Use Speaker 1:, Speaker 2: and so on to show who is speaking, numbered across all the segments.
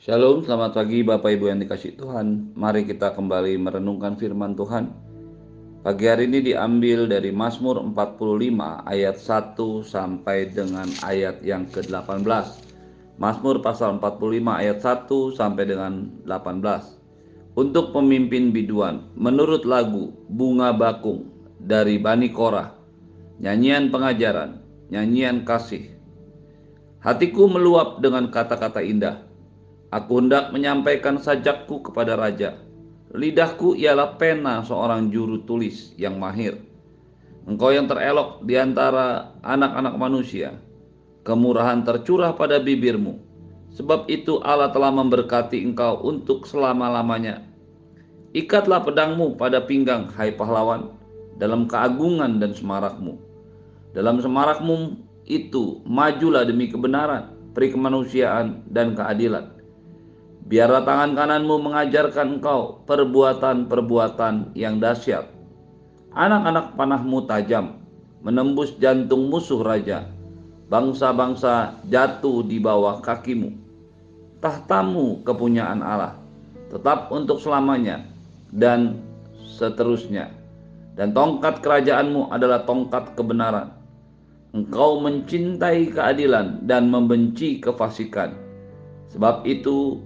Speaker 1: Shalom, selamat pagi Bapak Ibu yang dikasihi Tuhan. Mari kita kembali merenungkan firman Tuhan. Pagi hari ini diambil dari Mazmur 45 ayat 1 sampai dengan ayat yang ke-18. Mazmur pasal 45 ayat 1 sampai dengan 18. Untuk pemimpin biduan, menurut lagu Bunga Bakung dari Bani Korah, nyanyian pengajaran, nyanyian kasih. Hatiku meluap dengan kata-kata indah. Aku hendak menyampaikan sajakku kepada raja. Lidahku ialah pena seorang juru tulis yang mahir. Engkau yang terelok di antara anak-anak manusia. Kemurahan tercurah pada bibirmu. Sebab itu Allah telah memberkati engkau untuk selama-lamanya. Ikatlah pedangmu pada pinggang, hai pahlawan, dalam keagungan dan semarakmu. Dalam semarakmu itu majulah demi kebenaran, peri kemanusiaan dan keadilan. Biarlah tangan kananmu mengajarkan engkau perbuatan-perbuatan yang dahsyat. Anak-anak panahmu tajam, menembus jantung musuh raja. Bangsa-bangsa jatuh di bawah kakimu. Tahtamu kepunyaan Allah, tetap untuk selamanya dan seterusnya. Dan tongkat kerajaanmu adalah tongkat kebenaran. Engkau mencintai keadilan dan membenci kefasikan. Sebab itu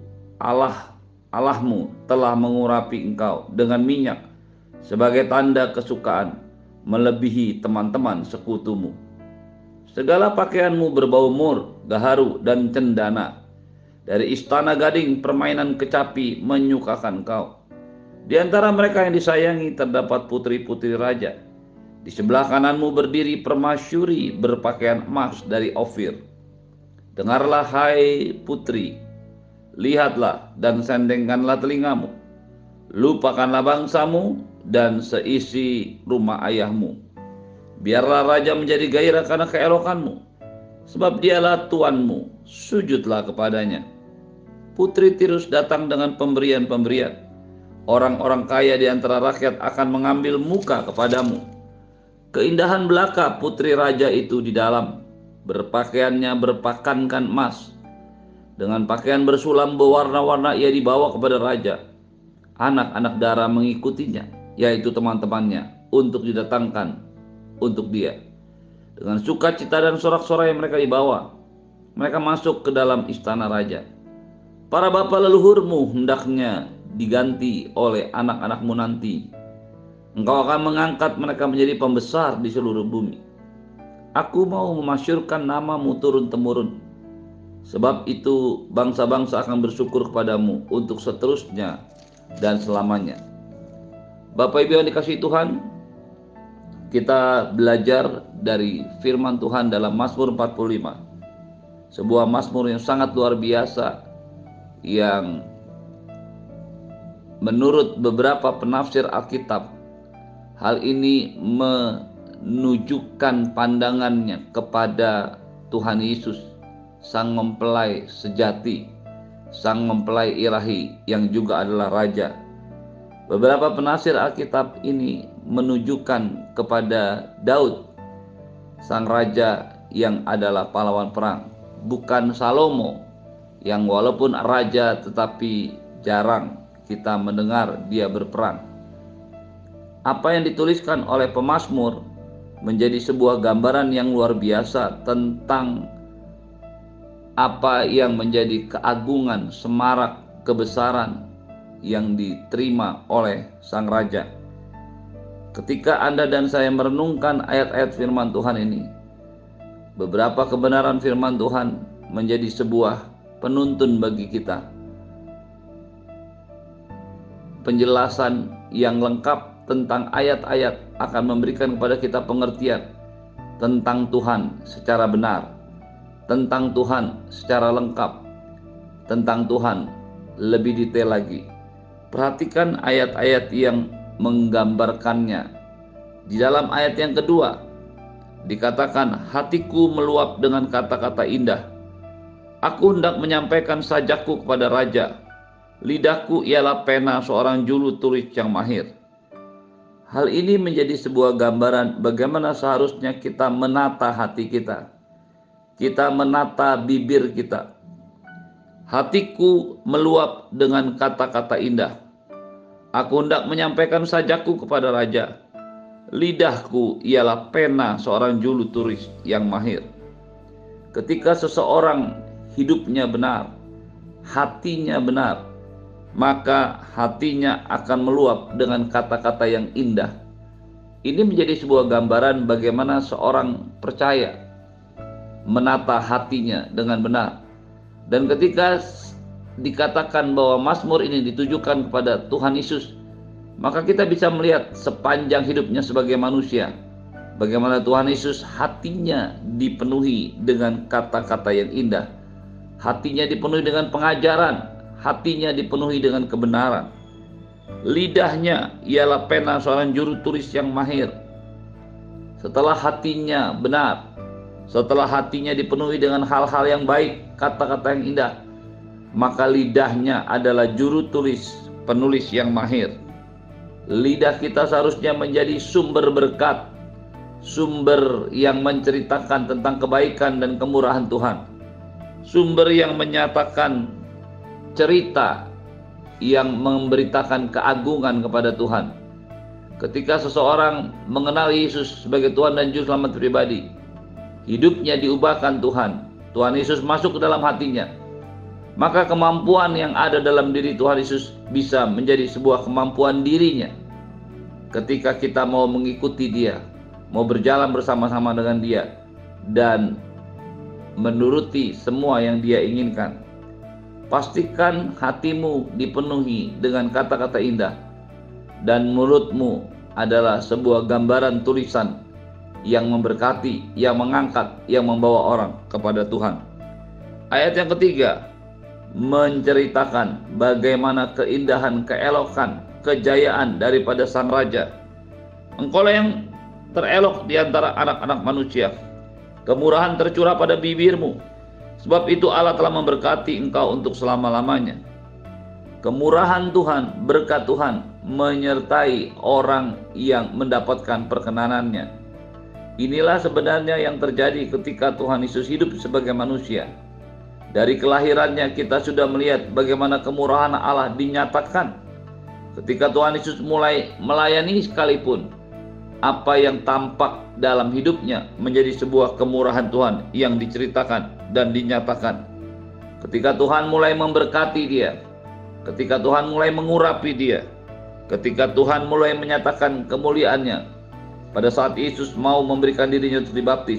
Speaker 1: Allahmu telah mengurapi engkau dengan minyak sebagai tanda kesukaan, melebihi teman-teman sekutumu. Segala pakaianmu berbau mur, gaharu, dan cendana. Dari istana gading permainan kecapi menyukakan engkau. Di antara mereka yang disayangi terdapat putri-putri raja. Di sebelah kananmu berdiri permasyuri berpakaian emas dari Ofir. Dengarlah hai putri, lihatlah dan sendengkanlah telingamu. Lupakanlah bangsamu dan seisi rumah ayahmu. Biarlah raja menjadi gairah karena keelokanmu, sebab dialah tuanmu, sujudlah kepadanya. Putri Tirus datang dengan pemberian-pemberian. Orang-orang kaya di antara rakyat akan mengambil muka kepadamu. Keindahan belaka putri raja itu di dalam, berpakaiannya berpakankan emas. Dengan pakaian bersulam berwarna-warna ia dibawa kepada raja. Anak-anak dara mengikutinya, yaitu teman-temannya, untuk didatangkan untuk dia. Dengan sukacita dan sorak-sorai mereka dibawa. Mereka masuk ke dalam istana raja. Para bapa leluhurmu hendaknya diganti oleh anak-anakmu nanti. Engkau akan mengangkat mereka menjadi pembesar di seluruh bumi. Aku mau memasyurkan namamu turun-temurun. Sebab itu bangsa-bangsa akan bersyukur kepadamu untuk seterusnya dan selamanya. Bapak Ibu yang dikasihi Tuhan, kita belajar dari firman Tuhan dalam Mazmur 45. Sebuah Mazmur yang sangat luar biasa, yang menurut beberapa penafsir Alkitab, hal ini menunjukkan pandangannya kepada Tuhan Yesus, Sang Mempelai sejati, Sang Mempelai ilahi yang juga adalah Raja. Beberapa penafsir Alkitab ini menunjukkan kepada Daud, sang raja yang adalah pahlawan perang, bukan Salomo yang walaupun raja tetapi jarang kita mendengar dia berperang. Apa yang dituliskan oleh pemazmur menjadi sebuah gambaran yang luar biasa tentang apa yang menjadi keagungan, semarak, kebesaran yang diterima oleh sang raja. Ketika Anda dan saya merenungkan ayat-ayat firman Tuhan ini, beberapa kebenaran firman Tuhan menjadi sebuah penuntun bagi kita. Penjelasan yang lengkap tentang ayat-ayat akan memberikan kepada kita pengertian tentang Tuhan secara benar, tentang Tuhan secara lengkap, tentang Tuhan lebih detail lagi. Perhatikan ayat-ayat yang menggambarkannya. Di dalam ayat yang kedua dikatakan, hatiku meluap dengan kata-kata indah. Aku hendak menyampaikan sajakku kepada raja. Lidahku ialah pena seorang juru tulis yang mahir. Hal ini menjadi sebuah gambaran bagaimana seharusnya kita menata hati kita. Kita menata bibir kita. Hatiku meluap dengan kata-kata indah. Aku hendak menyampaikan sajakku kepada raja. Lidahku ialah pena seorang juru tulis yang mahir. Ketika seseorang hidupnya benar, hatinya benar, maka hatinya akan meluap dengan kata-kata yang indah. Ini menjadi sebuah gambaran bagaimana seorang percaya menata hatinya dengan benar. Dan ketika dikatakan bahwa Mazmur ini ditujukan kepada Tuhan Yesus, maka kita bisa melihat sepanjang hidupnya sebagai manusia, bagaimana Tuhan Yesus hatinya dipenuhi dengan kata-kata yang indah, hatinya dipenuhi dengan pengajaran, hatinya dipenuhi dengan kebenaran. Lidahnya ialah pena seorang juru tulis yang mahir. Setelah hatinya benar, setelah hatinya dipenuhi dengan hal-hal yang baik, kata-kata yang indah, maka lidahnya adalah juru tulis, penulis yang mahir. Lidah kita seharusnya menjadi sumber berkat, sumber yang menceritakan tentang kebaikan dan kemurahan Tuhan, sumber yang menyatakan cerita yang memberitakan keagungan kepada Tuhan. Ketika seseorang mengenal Yesus sebagai Tuhan dan Juru Selamat pribadi, hidupnya diubahkan Tuhan. Tuhan Yesus masuk ke dalam hatinya. Maka kemampuan yang ada dalam diri Tuhan Yesus bisa menjadi sebuah kemampuan dirinya. Ketika kita mau mengikuti Dia, mau berjalan bersama-sama dengan Dia, dan menuruti semua yang Dia inginkan. Pastikan hatimu dipenuhi dengan kata-kata indah, dan mulutmu adalah sebuah gambaran tulisan yang memberkati, yang mengangkat, yang membawa orang kepada Tuhan. Ayat yang ketiga, menceritakan bagaimana keindahan, keelokan, kejayaan daripada sang raja. Engkaulah yang terelok di antara anak-anak manusia. Kemurahan tercurah pada bibirmu, sebab itu Allah telah memberkati engkau untuk selama-lamanya. Kemurahan Tuhan, berkat Tuhan menyertai orang yang mendapatkan perkenanannya. Inilah sebenarnya yang terjadi ketika Tuhan Yesus hidup sebagai manusia. Dari kelahirannya kita sudah melihat bagaimana kemurahan Allah dinyatakan. Ketika Tuhan Yesus mulai melayani sekalipun, apa yang tampak dalam hidupnya menjadi sebuah kemurahan Tuhan yang diceritakan dan dinyatakan. Ketika Tuhan mulai memberkati dia, ketika Tuhan mulai mengurapi dia, ketika Tuhan mulai menyatakan kemuliaannya, pada saat Yesus mau memberikan dirinya untuk dibaptis,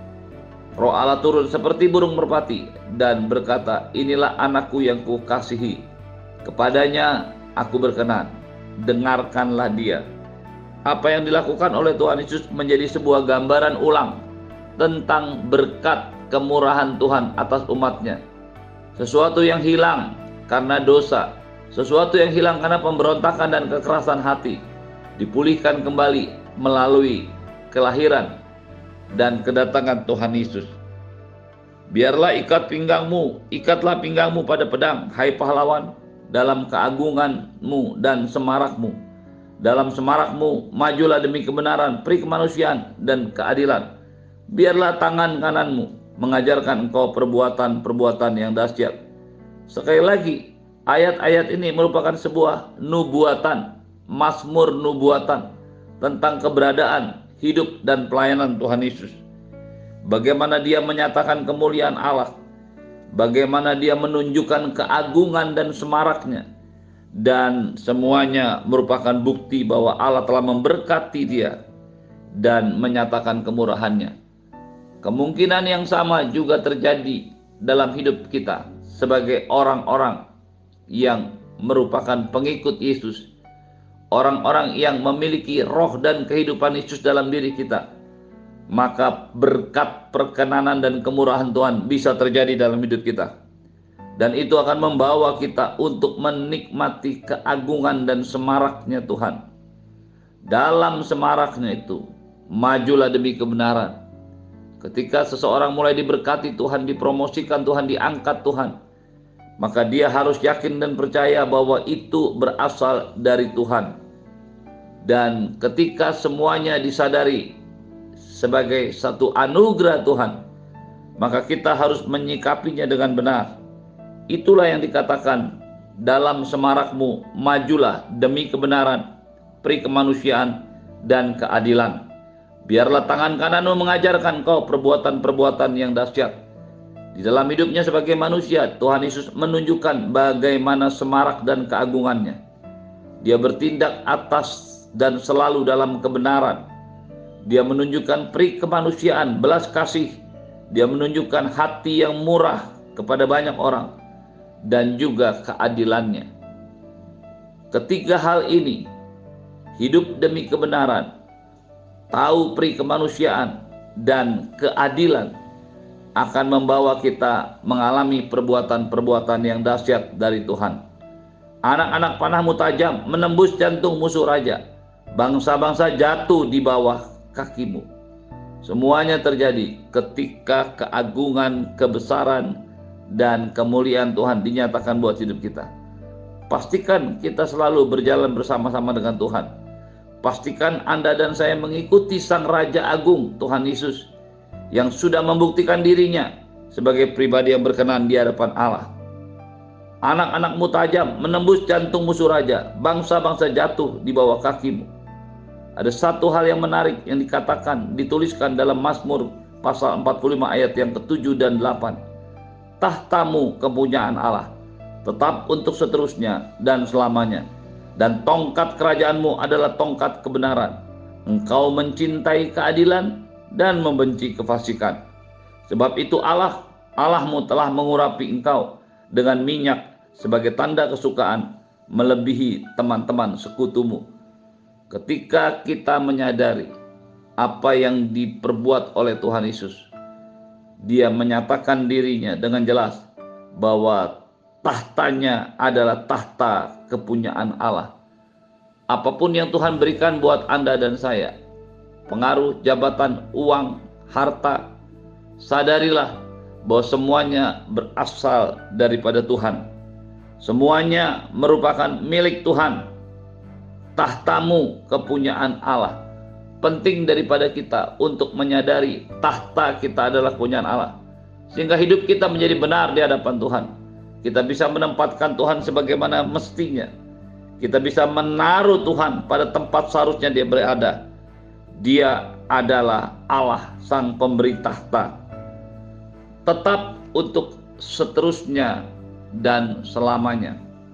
Speaker 1: Roh Allah turun seperti burung merpati dan berkata, inilah anakku yang kukasihi, kepadanya aku berkenan, dengarkanlah dia. Apa yang dilakukan oleh Tuhan Yesus menjadi sebuah gambaran ulang tentang berkat kemurahan Tuhan atas umatnya. Sesuatu yang hilang karena dosa, sesuatu yang hilang karena pemberontakan dan kekerasan hati, dipulihkan kembali melalui kelahiran dan kedatangan Tuhan Yesus. Biarlah ikatlah pinggangmu pada pedang, hai pahlawan, dalam keagunganmu dan semarakmu. Dalam semarakmu majulah demi kebenaran, peri kemanusiaan dan keadilan. Biarlah tangan kananmu mengajarkan engkau perbuatan-perbuatan yang dahsyat. Sekali lagi, ayat-ayat ini merupakan sebuah nubuatan, mazmur nubuatan tentang keberadaan, hidup dan pelayanan Tuhan Yesus. Bagaimana dia menyatakan kemuliaan Allah, bagaimana dia menunjukkan keagungan dan semaraknya, dan semuanya merupakan bukti bahwa Allah telah memberkati dia dan menyatakan kemurahannya. Kemungkinan yang sama juga terjadi dalam hidup kita sebagai orang-orang yang merupakan pengikut Yesus, orang-orang yang memiliki roh dan kehidupan Yesus dalam diri kita. Maka berkat, perkenanan dan kemurahan Tuhan bisa terjadi dalam hidup kita, dan itu akan membawa kita untuk menikmati keagungan dan semaraknya Tuhan. Dalam semaraknya itu, majulah demi kebenaran. Ketika seseorang mulai diberkati Tuhan, dipromosikan Tuhan, diangkat Tuhan, maka dia harus yakin dan percaya bahwa itu berasal dari Tuhan. Dan ketika semuanya disadari sebagai satu anugerah Tuhan, maka kita harus menyikapinya dengan benar. Itulah yang dikatakan dalam semarakmu, majulah demi kebenaran, peri kemanusiaan, dan keadilan. Biarlah tangan kananmu mengajarkan kau perbuatan-perbuatan yang dahsyat. Di dalam hidupnya sebagai manusia, Tuhan Yesus menunjukkan bagaimana semarak dan keagungannya. Dia bertindak atas dan selalu dalam kebenaran. Dia menunjukkan peri kemanusiaan, belas kasih. Dia menunjukkan hati yang murah kepada banyak orang, dan juga keadilannya. Ketiga hal ini, hidup demi kebenaran, tahu peri kemanusiaan, dan keadilan, akan membawa kita mengalami perbuatan-perbuatan yang dahsyat dari Tuhan. Anak-anak panahmu tajam, menembus jantung musuh raja. Bangsa-bangsa jatuh di bawah kakimu. Semuanya terjadi ketika keagungan, kebesaran, dan kemuliaan Tuhan dinyatakan buat hidup kita. Pastikan kita selalu berjalan bersama-sama dengan Tuhan. Pastikan Anda dan saya mengikuti Sang Raja Agung, Tuhan Yesus, yang sudah membuktikan dirinya sebagai pribadi yang berkenan di hadapan Allah. Anak-anakmu tajam, menembus jantung musuh raja. Bangsa-bangsa jatuh di bawah kakimu. Ada satu hal yang menarik yang dikatakan, dituliskan dalam Mazmur pasal 45 ayat yang ke-7 dan 8. Tahtamu kepunyaan Allah, tetap untuk seterusnya dan selamanya. Dan tongkat kerajaanmu adalah tongkat kebenaran. Engkau mencintai keadilan dan membenci kefasikan. Sebab itu Allahmu telah mengurapi engkau dengan minyak sebagai tanda kesukaan, melebihi teman-teman sekutumu. Ketika kita menyadari apa yang diperbuat oleh Tuhan Yesus, Dia menyatakan dirinya dengan jelas bahwa tahtanya adalah tahta kepunyaan Allah. Apapun yang Tuhan berikan buat Anda dan saya, pengaruh, jabatan, uang, harta, sadarilah bahwa semuanya berasal daripada Tuhan. Semuanya merupakan milik Tuhan. Tahtamu kepunyaan Allah. Penting daripada kita untuk menyadari tahta kita adalah kepunyaan Allah, sehingga hidup kita menjadi benar di hadapan Tuhan. Kita bisa menempatkan Tuhan sebagaimana mestinya. Kita bisa menaruh Tuhan pada tempat seharusnya Dia berada. Dia adalah Allah, Sang Pemberi tahta, tetap untuk seterusnya dan selamanya.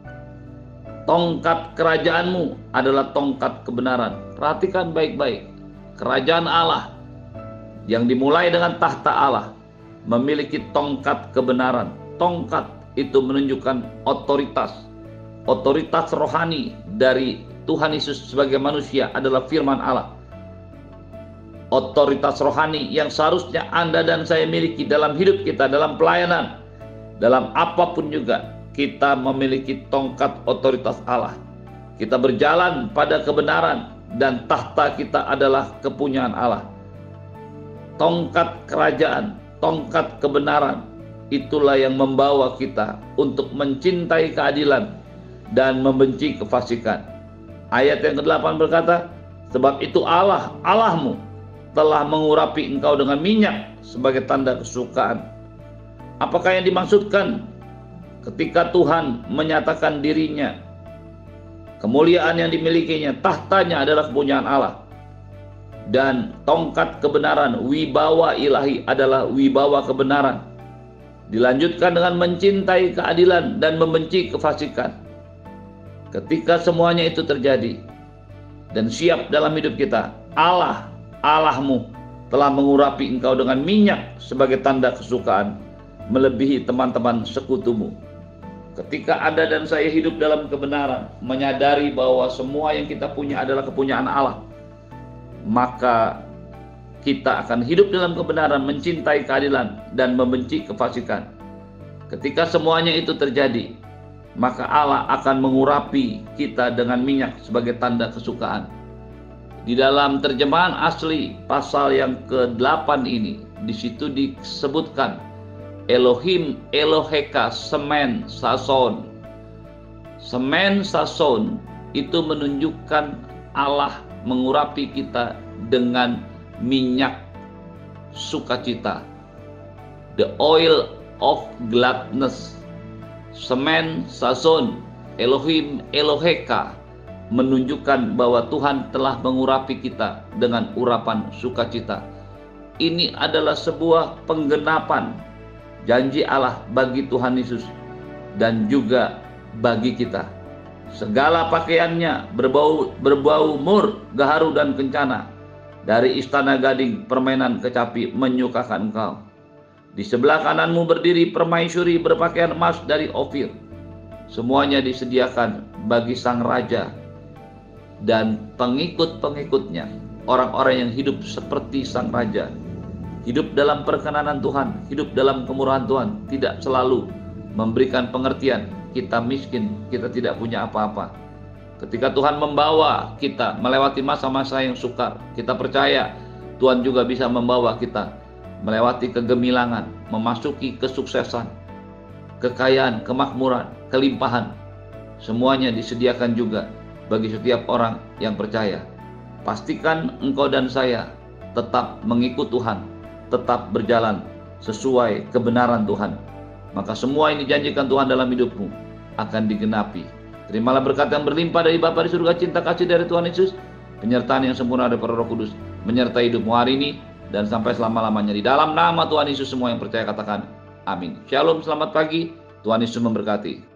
Speaker 1: Tongkat kerajaanmu adalah tongkat kebenaran. Perhatikan baik-baik. Kerajaan Allah yang dimulai dengan tahta Allah memiliki tongkat kebenaran. Tongkat itu menunjukkan otoritas. Otoritas rohani dari Tuhan Yesus sebagai manusia adalah firman Allah. Otoritas rohani yang seharusnya Anda dan saya miliki dalam hidup kita, dalam pelayanan, dalam apapun juga. Kita memiliki tongkat otoritas Allah. Kita berjalan pada kebenaran dan tahta kita adalah kepunyaan Allah. Tongkat kerajaan, tongkat kebenaran, itulah yang membawa kita untuk mencintai keadilan dan membenci kefasikan. Ayat yang ke-8 berkata, sebab itu Allahmu telah mengurapi engkau dengan minyak sebagai tanda kesukaan. Apakah yang dimaksudkan ketika Tuhan menyatakan dirinya, kemuliaan yang dimilikinya, tahtanya adalah kepunyaan Allah, dan tongkat kebenaran, wibawa ilahi adalah wibawa kebenaran. Dilanjutkan dengan mencintai keadilan dan membenci kefasikan. Ketika semuanya itu terjadi dan siap dalam hidup kita, Allahmu telah mengurapi engkau dengan minyak sebagai tanda kesukaan, melebihi teman-teman sekutumu. Ketika Anda dan saya hidup dalam kebenaran, menyadari bahwa semua yang kita punya adalah kepunyaan Allah, maka kita akan hidup dalam kebenaran, mencintai keadilan, dan membenci kefasikan. Ketika semuanya itu terjadi, maka Allah akan mengurapi kita dengan minyak sebagai tanda kesukaan. Di dalam terjemahan asli pasal yang ke-8 ini, di situ disebutkan Elohim Eloheka Semen Sason. Semen Sason itu menunjukkan Allah mengurapi kita dengan minyak sukacita. The oil of gladness. Semen, Sason, Elohim, Eloheka, menunjukkan bahwa Tuhan telah mengurapi kita dengan urapan sukacita. Ini adalah sebuah penggenapan janji Allah bagi Tuhan Yesus dan juga bagi kita. Segala pakaiannya berbau mur, gaharu dan kencana. Dari istana gading, permainan kecapi menyukakan engkau. Di sebelah kananmu berdiri permaisuri berpakaian emas dari Ofir. Semuanya disediakan bagi sang raja dan pengikut-pengikutnya, orang-orang yang hidup seperti sang raja. Hidup dalam perkenanan Tuhan, hidup dalam kemurahan Tuhan, tidak selalu memberikan pengertian. Kita miskin, kita tidak punya apa-apa. Ketika Tuhan membawa kita melewati masa-masa yang sukar, kita percaya Tuhan juga bisa membawa kita melewati kegemilangan, memasuki kesuksesan, kekayaan, kemakmuran, kelimpahan. Semuanya disediakan juga bagi setiap orang yang percaya. Pastikan engkau dan saya tetap mengikut Tuhan, tetap berjalan sesuai kebenaran Tuhan. Maka semua yang dijanjikan Tuhan dalam hidupmu akan digenapi. Terimalah berkat yang berlimpah dari Bapa di surga, cinta kasih dari Tuhan Yesus, penyertaan yang sempurna dari Roh Kudus menyertai hidupmu hari ini dan sampai selama-lamanya. Di dalam nama Tuhan Yesus semua yang percaya katakan amin. Shalom, selamat pagi, Tuhan Yesus memberkati.